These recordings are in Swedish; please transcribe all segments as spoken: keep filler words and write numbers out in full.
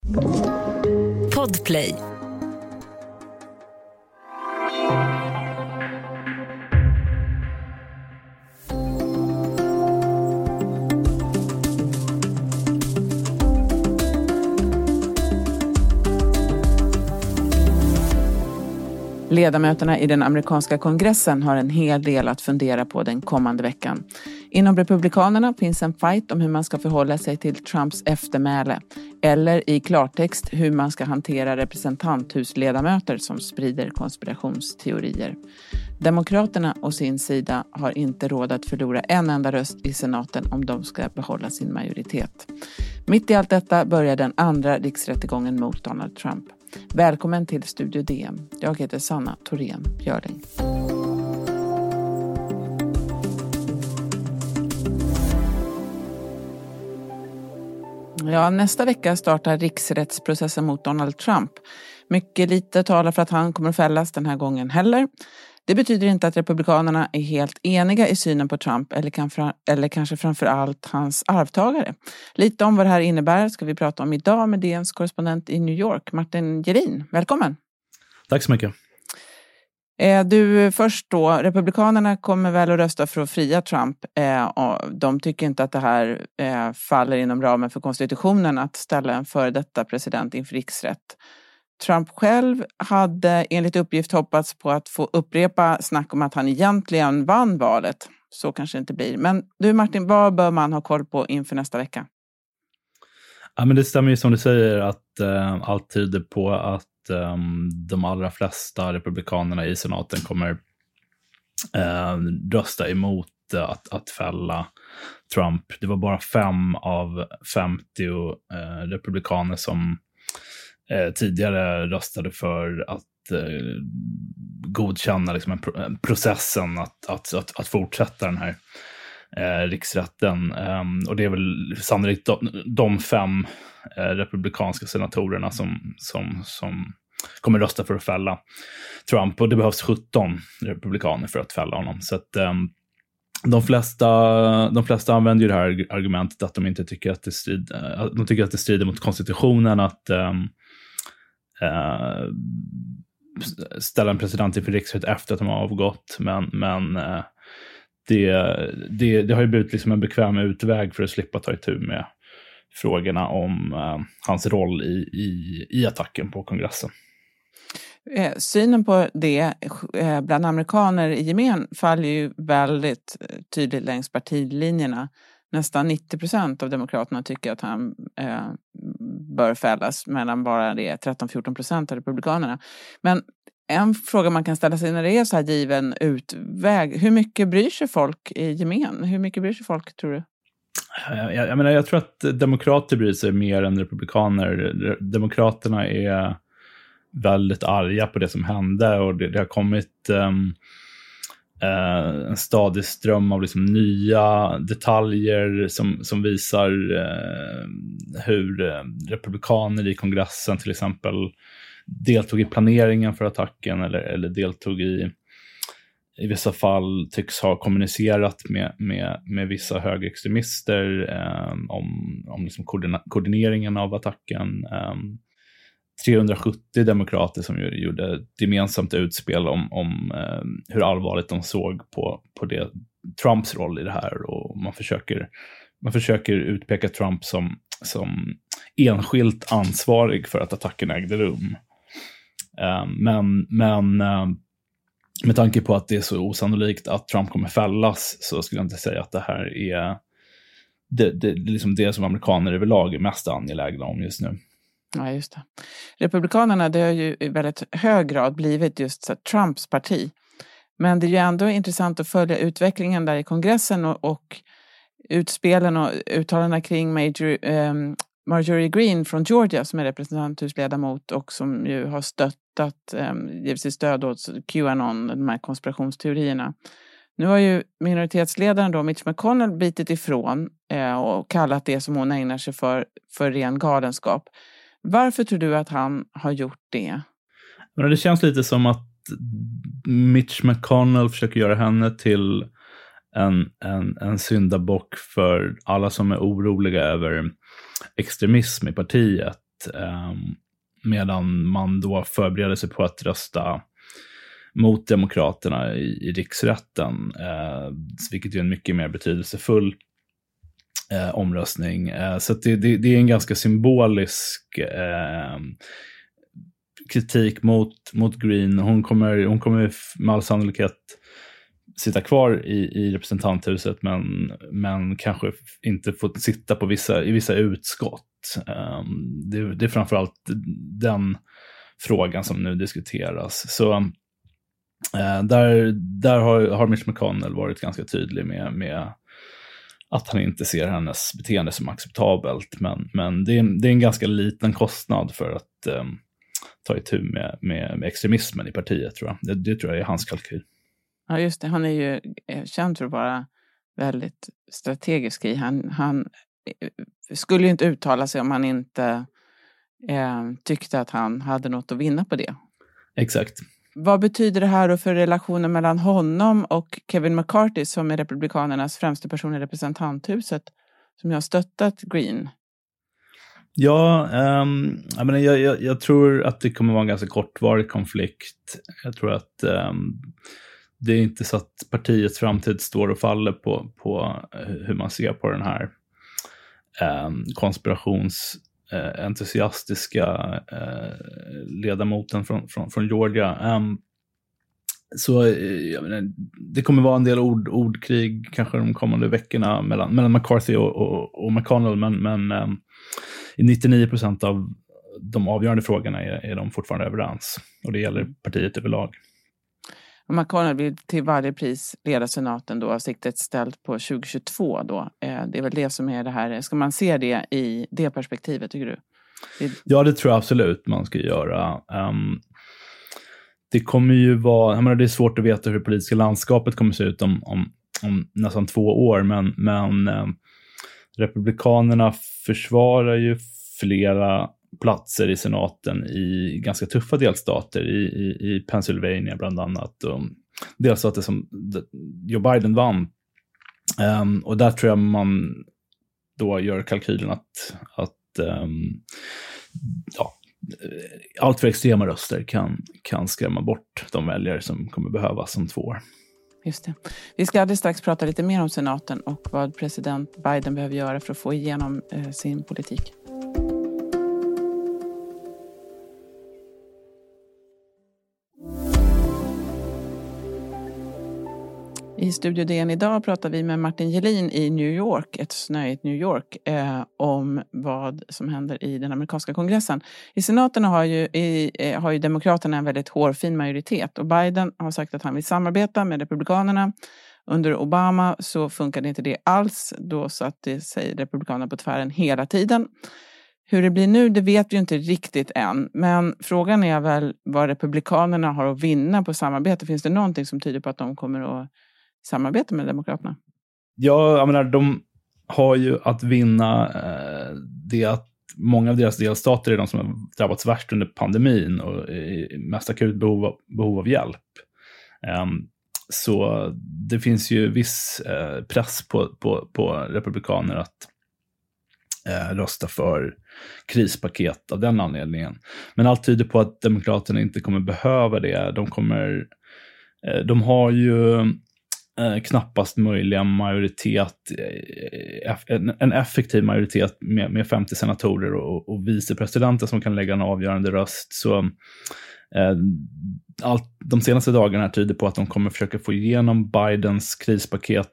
Podplay. Ledamöterna i den amerikanska kongressen har en hel del att fundera på den kommande veckan. Inom Republikanerna finns en fight om hur man ska förhålla sig till Trumps eftermäle. Eller i klartext hur man ska hantera representanthusledamöter som sprider konspirationsteorier. Demokraterna å sin sida har inte råd att förlora en enda röst i senaten om de ska behålla sin majoritet. Mitt i allt detta börjar den andra riksrättegången mot Donald Trump. Välkommen till Studio D M. Jag heter Sanna Thorén Björling. Ja, nästa vecka startar riksrättsprocessen mot Donald Trump. Mycket lite talar för att han kommer att fällas den här gången heller. Det betyder inte att republikanerna är helt eniga i synen på Trump eller, kan fra, eller kanske framför allt hans arvtagare. Lite om vad det här innebär ska vi prata om idag med D N:s korrespondent i New York, Martin Gerin. Välkommen! Tack så mycket. Du, först då, republikanerna kommer väl att rösta för att fria Trump. De tycker inte att det här faller inom ramen för konstitutionen att ställa en före detta president inför riksrätt. Trump själv hade enligt uppgift hoppats på att få upprepa snack om att han egentligen vann valet. Så kanske det inte blir. Men du Martin, vad bör man ha koll på inför nästa vecka? Ja, men det stämmer ju som du säger att eh, allt tyder på att eh, de allra flesta republikanerna i senaten kommer eh, rösta emot eh, att, att fälla Trump. Det var bara fem av femtio eh, republikaner som Eh, tidigare röstade för att eh, godkänna liksom en pro- en processen att, att, att, att fortsätta den här eh, riksrätten. Um, och det är väl sannolikt de, de fem eh, republikanska senatorerna som, som, som kommer rösta för att fälla Trump. Och det behövs sjutton republikaner för att fälla honom. Så att um, de flesta, de flesta använder ju det här argumentet att de inte tycker att det strider, de tycker att det strider mot konstitutionen att um, Uh, ställa en president inför riksrätt efter att de har avgått, men, men uh, det, det, det har ju blivit liksom en bekväm utväg för att slippa ta itu med frågorna om uh, hans roll i, i, i attacken på kongressen. Synen på det bland amerikaner i gemen faller ju väldigt tydligt längs partilinjerna. Nästan nittio procent av demokraterna tycker att han eh, bör fällas, medan bara det är tretton till fjorton procent av republikanerna. Men en fråga man kan ställa sig när det är så här given utväg, hur mycket bryr sig folk i gemen? Hur mycket bryr sig folk, tror du? Jag, jag, jag menar, jag tror att demokrater bryr sig mer än republikaner. Demokraterna är väldigt arga på det som hände och det, det har kommit Um, Uh, en stadig ström av liksom nya detaljer som, som visar uh, hur uh, republikaner i kongressen till exempel deltog i planeringen för attacken eller, eller deltog i i vissa fall tycks ha kommunicerat med, med, med vissa högerextremister uh, om, om liksom koordina- koordineringen av attacken. Um, trehundrasjuttio demokrater som gjorde ett gemensamt utspel om, om eh, hur allvarligt de såg på, på det, Trumps roll i det här. Och man försöker, man försöker utpeka Trump som, som enskilt ansvarig för att attacken ägde rum. Eh, men men eh, med tanke på att det är så osannolikt att Trump kommer fällas så skulle jag inte säga att det här är det, det, det, liksom det som amerikaner överlag är mest angelägna om just nu. Ja, just det. Republikanerna, det har ju i väldigt hög grad blivit just så Trumps parti. Men det är ju ändå intressant att följa utvecklingen där i kongressen och, och utspelen och uttalandena kring Major, um, Marjorie Greene från Georgia som är representanthusledamot och som ju har stöttat, um, givit sitt stöd åt QAnon, de här konspirationsteorierna. Nu har ju minoritetsledaren då, Mitch McConnell, bitit ifrån eh, och kallat det som hon ägnar sig för, för ren galenskap. Varför tror du att han har gjort det? Men det känns lite som att Mitch McConnell försöker göra henne till en, en, en syndabock för alla som är oroliga över extremism i partiet. eh, medan man då förbereder sig på att rösta mot demokraterna i, i riksrätten, eh, vilket är en mycket mer betydelsefull eh, omröstning. Eh, så att det, det, det är en ganska symbolisk eh, kritik mot, mot Greene. Hon kommer, hon kommer med all sannolikhet sitta kvar i, i representanthuset, men, men kanske inte få sitta på vissa, i vissa utskott. Um, det, det är framförallt den frågan som nu diskuteras. Så uh, där, där har, har Mitch McConnell varit ganska tydlig med, med att han inte ser hennes beteende som acceptabelt. Men, men det, är, det är en ganska liten kostnad för att um, ta itu med, med, med extremismen i partiet, tror jag. Det, det tror jag är hans kalkyl. Ja, just det. Han är ju känd för att vara väldigt strategisk i. Han, han skulle ju inte uttala sig om han inte eh, tyckte att han hade något att vinna på det. Exakt. Vad betyder det här då för relationen mellan honom och Kevin McCarthy, som är republikanernas främste person i representanthuset, som jag har stöttat Greene? Ja, um, jag, menar, jag, jag, jag tror att det kommer vara en ganska kortvarig konflikt. Jag tror att um, det är inte så att partiets framtid står och faller på, på hur man ser på den här um, konspirationsentusiastiska uh, ledamoten från, från, från Georgia. Um, så jag menar, det kommer vara en del ord, ordkrig kanske de kommande veckorna mellan, mellan McCarthy och, och, och McConnell, men, men um, i nittionio procent av de avgörande frågorna är, är de fortfarande överens. Och det gäller partiet överlag. Och McConnell vill till varje pris leda senaten då, siktet ställt på tjugo tjugotvå då. Det är väl det som är det här. Ska man se det i det perspektivet, tycker du? Det... Ja, det tror jag absolut man ska göra. Um, det kommer ju vara, jag menar, det är svårt att veta hur det politiska landskapet kommer se ut om, om, om nästan två år, men, men um, republikanerna försvarar ju flera platser i senaten i ganska tuffa delstater, i, i, i Pennsylvania bland annat, och delstater som Joe Biden vann. Um, och där tror jag man då gör kalkylen att, att um, ja, allt för extrema röster kan, kan skrämma bort de väljare som kommer behövas om två år. Just det. Vi ska alldeles strax prata lite mer om senaten och vad president Biden behöver göra för att få igenom eh, sin politik. I Studio D N idag pratar vi med Martin Gelin i New York, ett snöigt New York, eh, om vad som händer i den amerikanska kongressen. I senaten har ju, i, eh, har ju demokraterna en väldigt hårfin majoritet, och Biden har sagt att han vill samarbeta med republikanerna. Under Obama så funkade inte det alls, då satt det sig republikanerna på tvären hela tiden. Hur det blir nu, det vet vi ju inte riktigt än. Men frågan är väl vad republikanerna har att vinna på samarbete. Finns det någonting som tyder på att de kommer att samarbeta med demokraterna? Ja, jag menar, de har ju att vinna eh, det att många av deras delstater är de som har drabbats värst under pandemin och är mest akut behov av, behov av hjälp. Um, så det finns ju viss eh, press på, på, på republikaner att eh, rösta för krispaket av den anledningen. Men allt tyder på att demokraterna inte kommer behöva det. De kommer, eh, de har ju eh, knappast möjliga majoritet, eh, en, en effektiv majoritet med, med femtio senatorer och, och vicepresidenter som kan lägga en avgörande röst. Så eh, allt, de senaste dagarna tyder på att de kommer försöka få igenom Bidens krispaket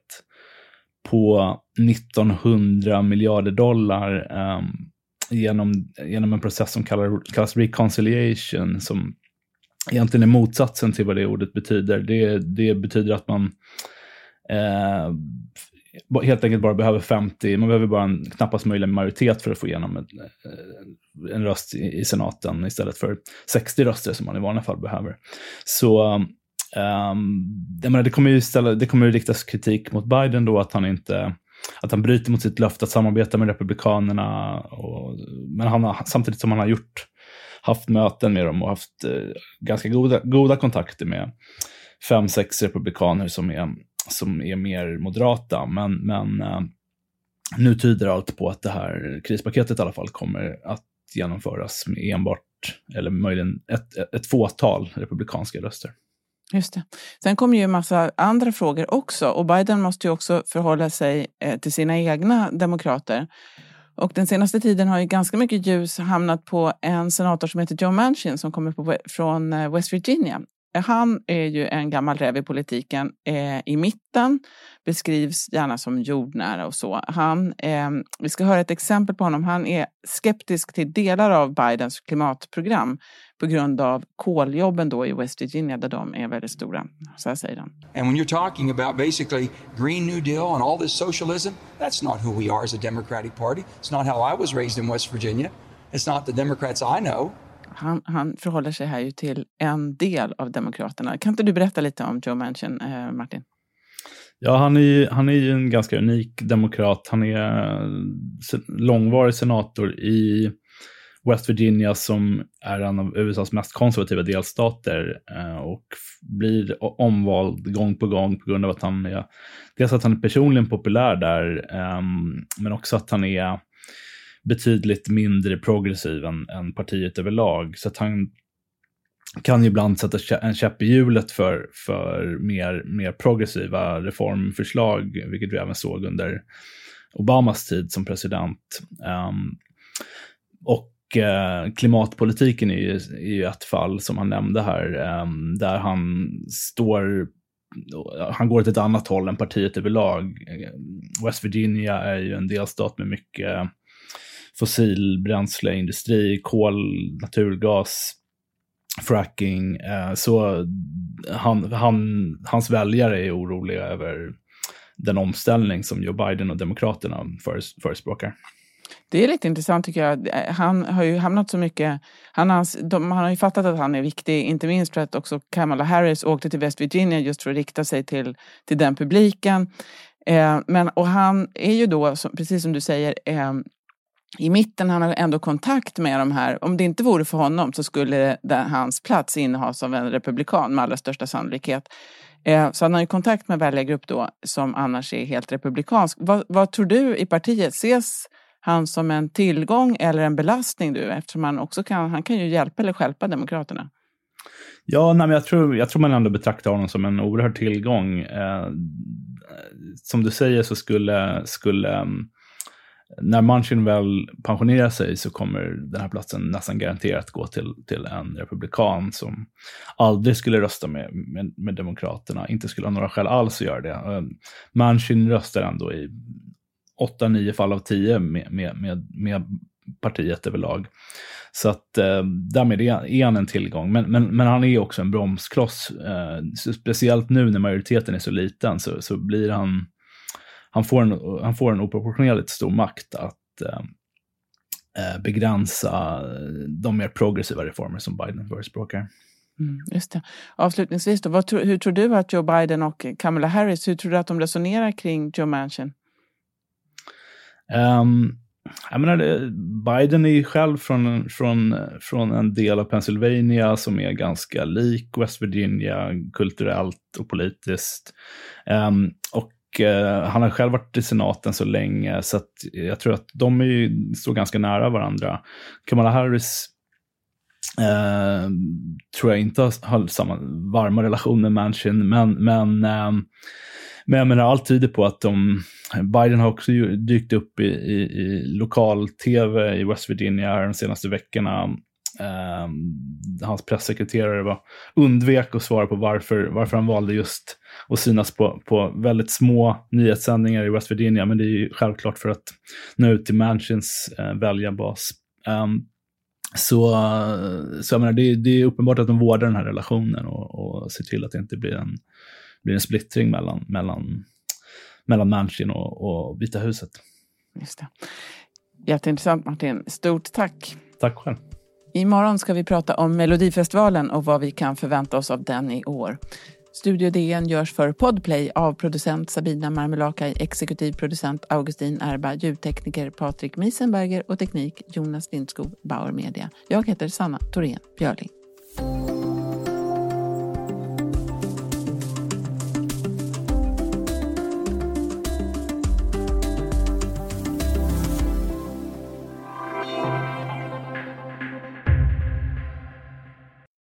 på nittonhundra miljarder dollar eh, genom, genom en process som kallar, kallas reconciliation, som egentligen är motsatsen till vad det ordet betyder. Det, det betyder att man eh, helt enkelt bara behöver femtio, man behöver bara en knappast möjlig majoritet för att få igenom en, en röst i, i senaten istället för sextio röster som man i vanliga fall behöver. Så um, jag menar, det kommer ju ställa, det kommer ju riktas kritik mot Biden då, att han inte att han bryter mot sitt löfte att samarbeta med republikanerna, och, men han har, samtidigt som han har gjort haft möten med dem och haft eh, ganska goda, goda kontakter med fem, sex republikaner som är, som är mer moderata. Men, men eh, nu tyder allt på att det här krispaketet i alla fall kommer att genomföras med enbart, eller möjligen ett, ett fåtal republikanska röster. Just det. Sen kommer ju en massa andra frågor också, och Biden måste ju också förhålla sig till sina egna demokrater. Och den senaste tiden har ju ganska mycket ljus hamnat på en senator som heter Joe Manchin som kommer på, från West Virginia. Han är ju en gammal räv i politiken, eh, i mitten, beskrivs gärna som jordnära och så. Han, eh, vi ska höra ett exempel på honom. Han är skeptisk till delar av Bidens klimatprogram på grund av koljobben då i West Virginia där de är väldigt stora. Så här säger han. And when you're talking about basically Green New Deal and all this socialism, that's not who we are as a Democratic Party. It's not how I was raised in West Virginia. It's not the Democrats I know. Han, han förhåller sig här ju till en del av demokraterna. Kan inte du berätta lite om Joe Manchin, eh, Martin? Ja, han är, han är ju en ganska unik demokrat. Han är långvarig senator i West Virginia som är en av U S A:s mest konservativa delstater eh, och blir omvald gång på gång på grund av att han är, dels att han är personligen populär där, eh, men också att han är betydligt mindre progressiv än, än partiet överlag. Så att han kan ju ibland sätta en käpp i hjulet för, för mer, mer progressiva reformförslag, vilket vi även såg under Obamas tid som president. Um, och uh, klimatpolitiken är ju, är ju ett fall som han nämnde här, um, där han står... Han går till ett annat håll än partiet överlag. West Virginia är ju en delstat med mycket fossilbränsleindustri, kol, naturgas, fracking. Så han, han, hans väljare är oroliga över den omställning som Joe Biden och demokraterna förespråkar. Det är lite intressant tycker jag. Han har ju hamnat så mycket, han har, de, han har ju fattat att han är viktig, inte minst för att också Kamala Harris åkte till West Virginia just för att rikta sig till, till den publiken. Eh, men, och han är ju då, som, precis som du säger, eh, i mitten. Han har ändå kontakt med de här. Om det inte vore för honom så skulle det, hans plats innehas av en republikan med allra största sannolikhet. Eh, så han har ju kontakt med väljargrupp då som annars är helt republikansk. Vad, vad tror du i partiet? Ses han som en tillgång eller en belastning du? Eftersom han också kan, han kan ju hjälpa eller stjälpa demokraterna. Ja, nej, men jag tror, jag tror man ändå betraktar honom som en oerhörd tillgång. Eh, som du säger så skulle, skulle um, när Manchin väl pensionerar sig så kommer den här platsen nästan garanterat gå till, till en republikan som aldrig skulle rösta med, med, med demokraterna, inte skulle ha några skäl alls att göra det. Uh, Manchin röstar ändå i åtta, nio fall av tio med, med, med, med partiet överlag. Så att eh, därmed är han en tillgång. Men, men, men han är också en bromskloss. Eh, speciellt nu när majoriteten är så liten så, så blir han, han får en, han får en oproportionerligt stor makt att eh, begränsa de mer progressiva reformer som Biden förespråkar. Mm, just det. Avslutningsvis då, vad, hur tror du att Joe Biden och Kamala Harris, hur tror du att de resonerar kring Joe Manchin? Um, jag menar, Biden är ju själv från, från, från en del av Pennsylvania som är ganska lik West Virginia kulturellt och politiskt. Um, och uh, han har själv varit i senaten så länge så att jag tror att de är ju, står ganska nära varandra. Kamala Harris uh, tror jag inte har, har samma varma relation med Manchin, men, men um, Men jag menar, allt tyder på att de, Biden har också dykt upp i, i, i lokal-tv i West Virginia de senaste veckorna. Eh, hans pressekreterare var, undvek att svara på varför, varför han valde just att synas på, på väldigt små nyhetssändningar i West Virginia. Men det är ju självklart för att nå ut till Manchins eh, väljarbas. Eh, så, så jag menar, det, det är uppenbart att de vårdar den här relationen och, och ser till att det inte blir en blir en splittring mellan, mellan, mellan Manchin och, och Vita huset. Just det. Jätteintressant, Martin. Stort tack. Tack själv. Imorgon ska vi prata om Melodifestivalen och vad vi kan förvänta oss av den i år. Studio D N görs för Podplay av producent Sabina Marmelakai, exekutiv producent Augustin Erba, ljudtekniker Patrik Miesenberger och teknik Jonas Lindskog, Bauer Media. Jag heter Sanna Thorén Björling.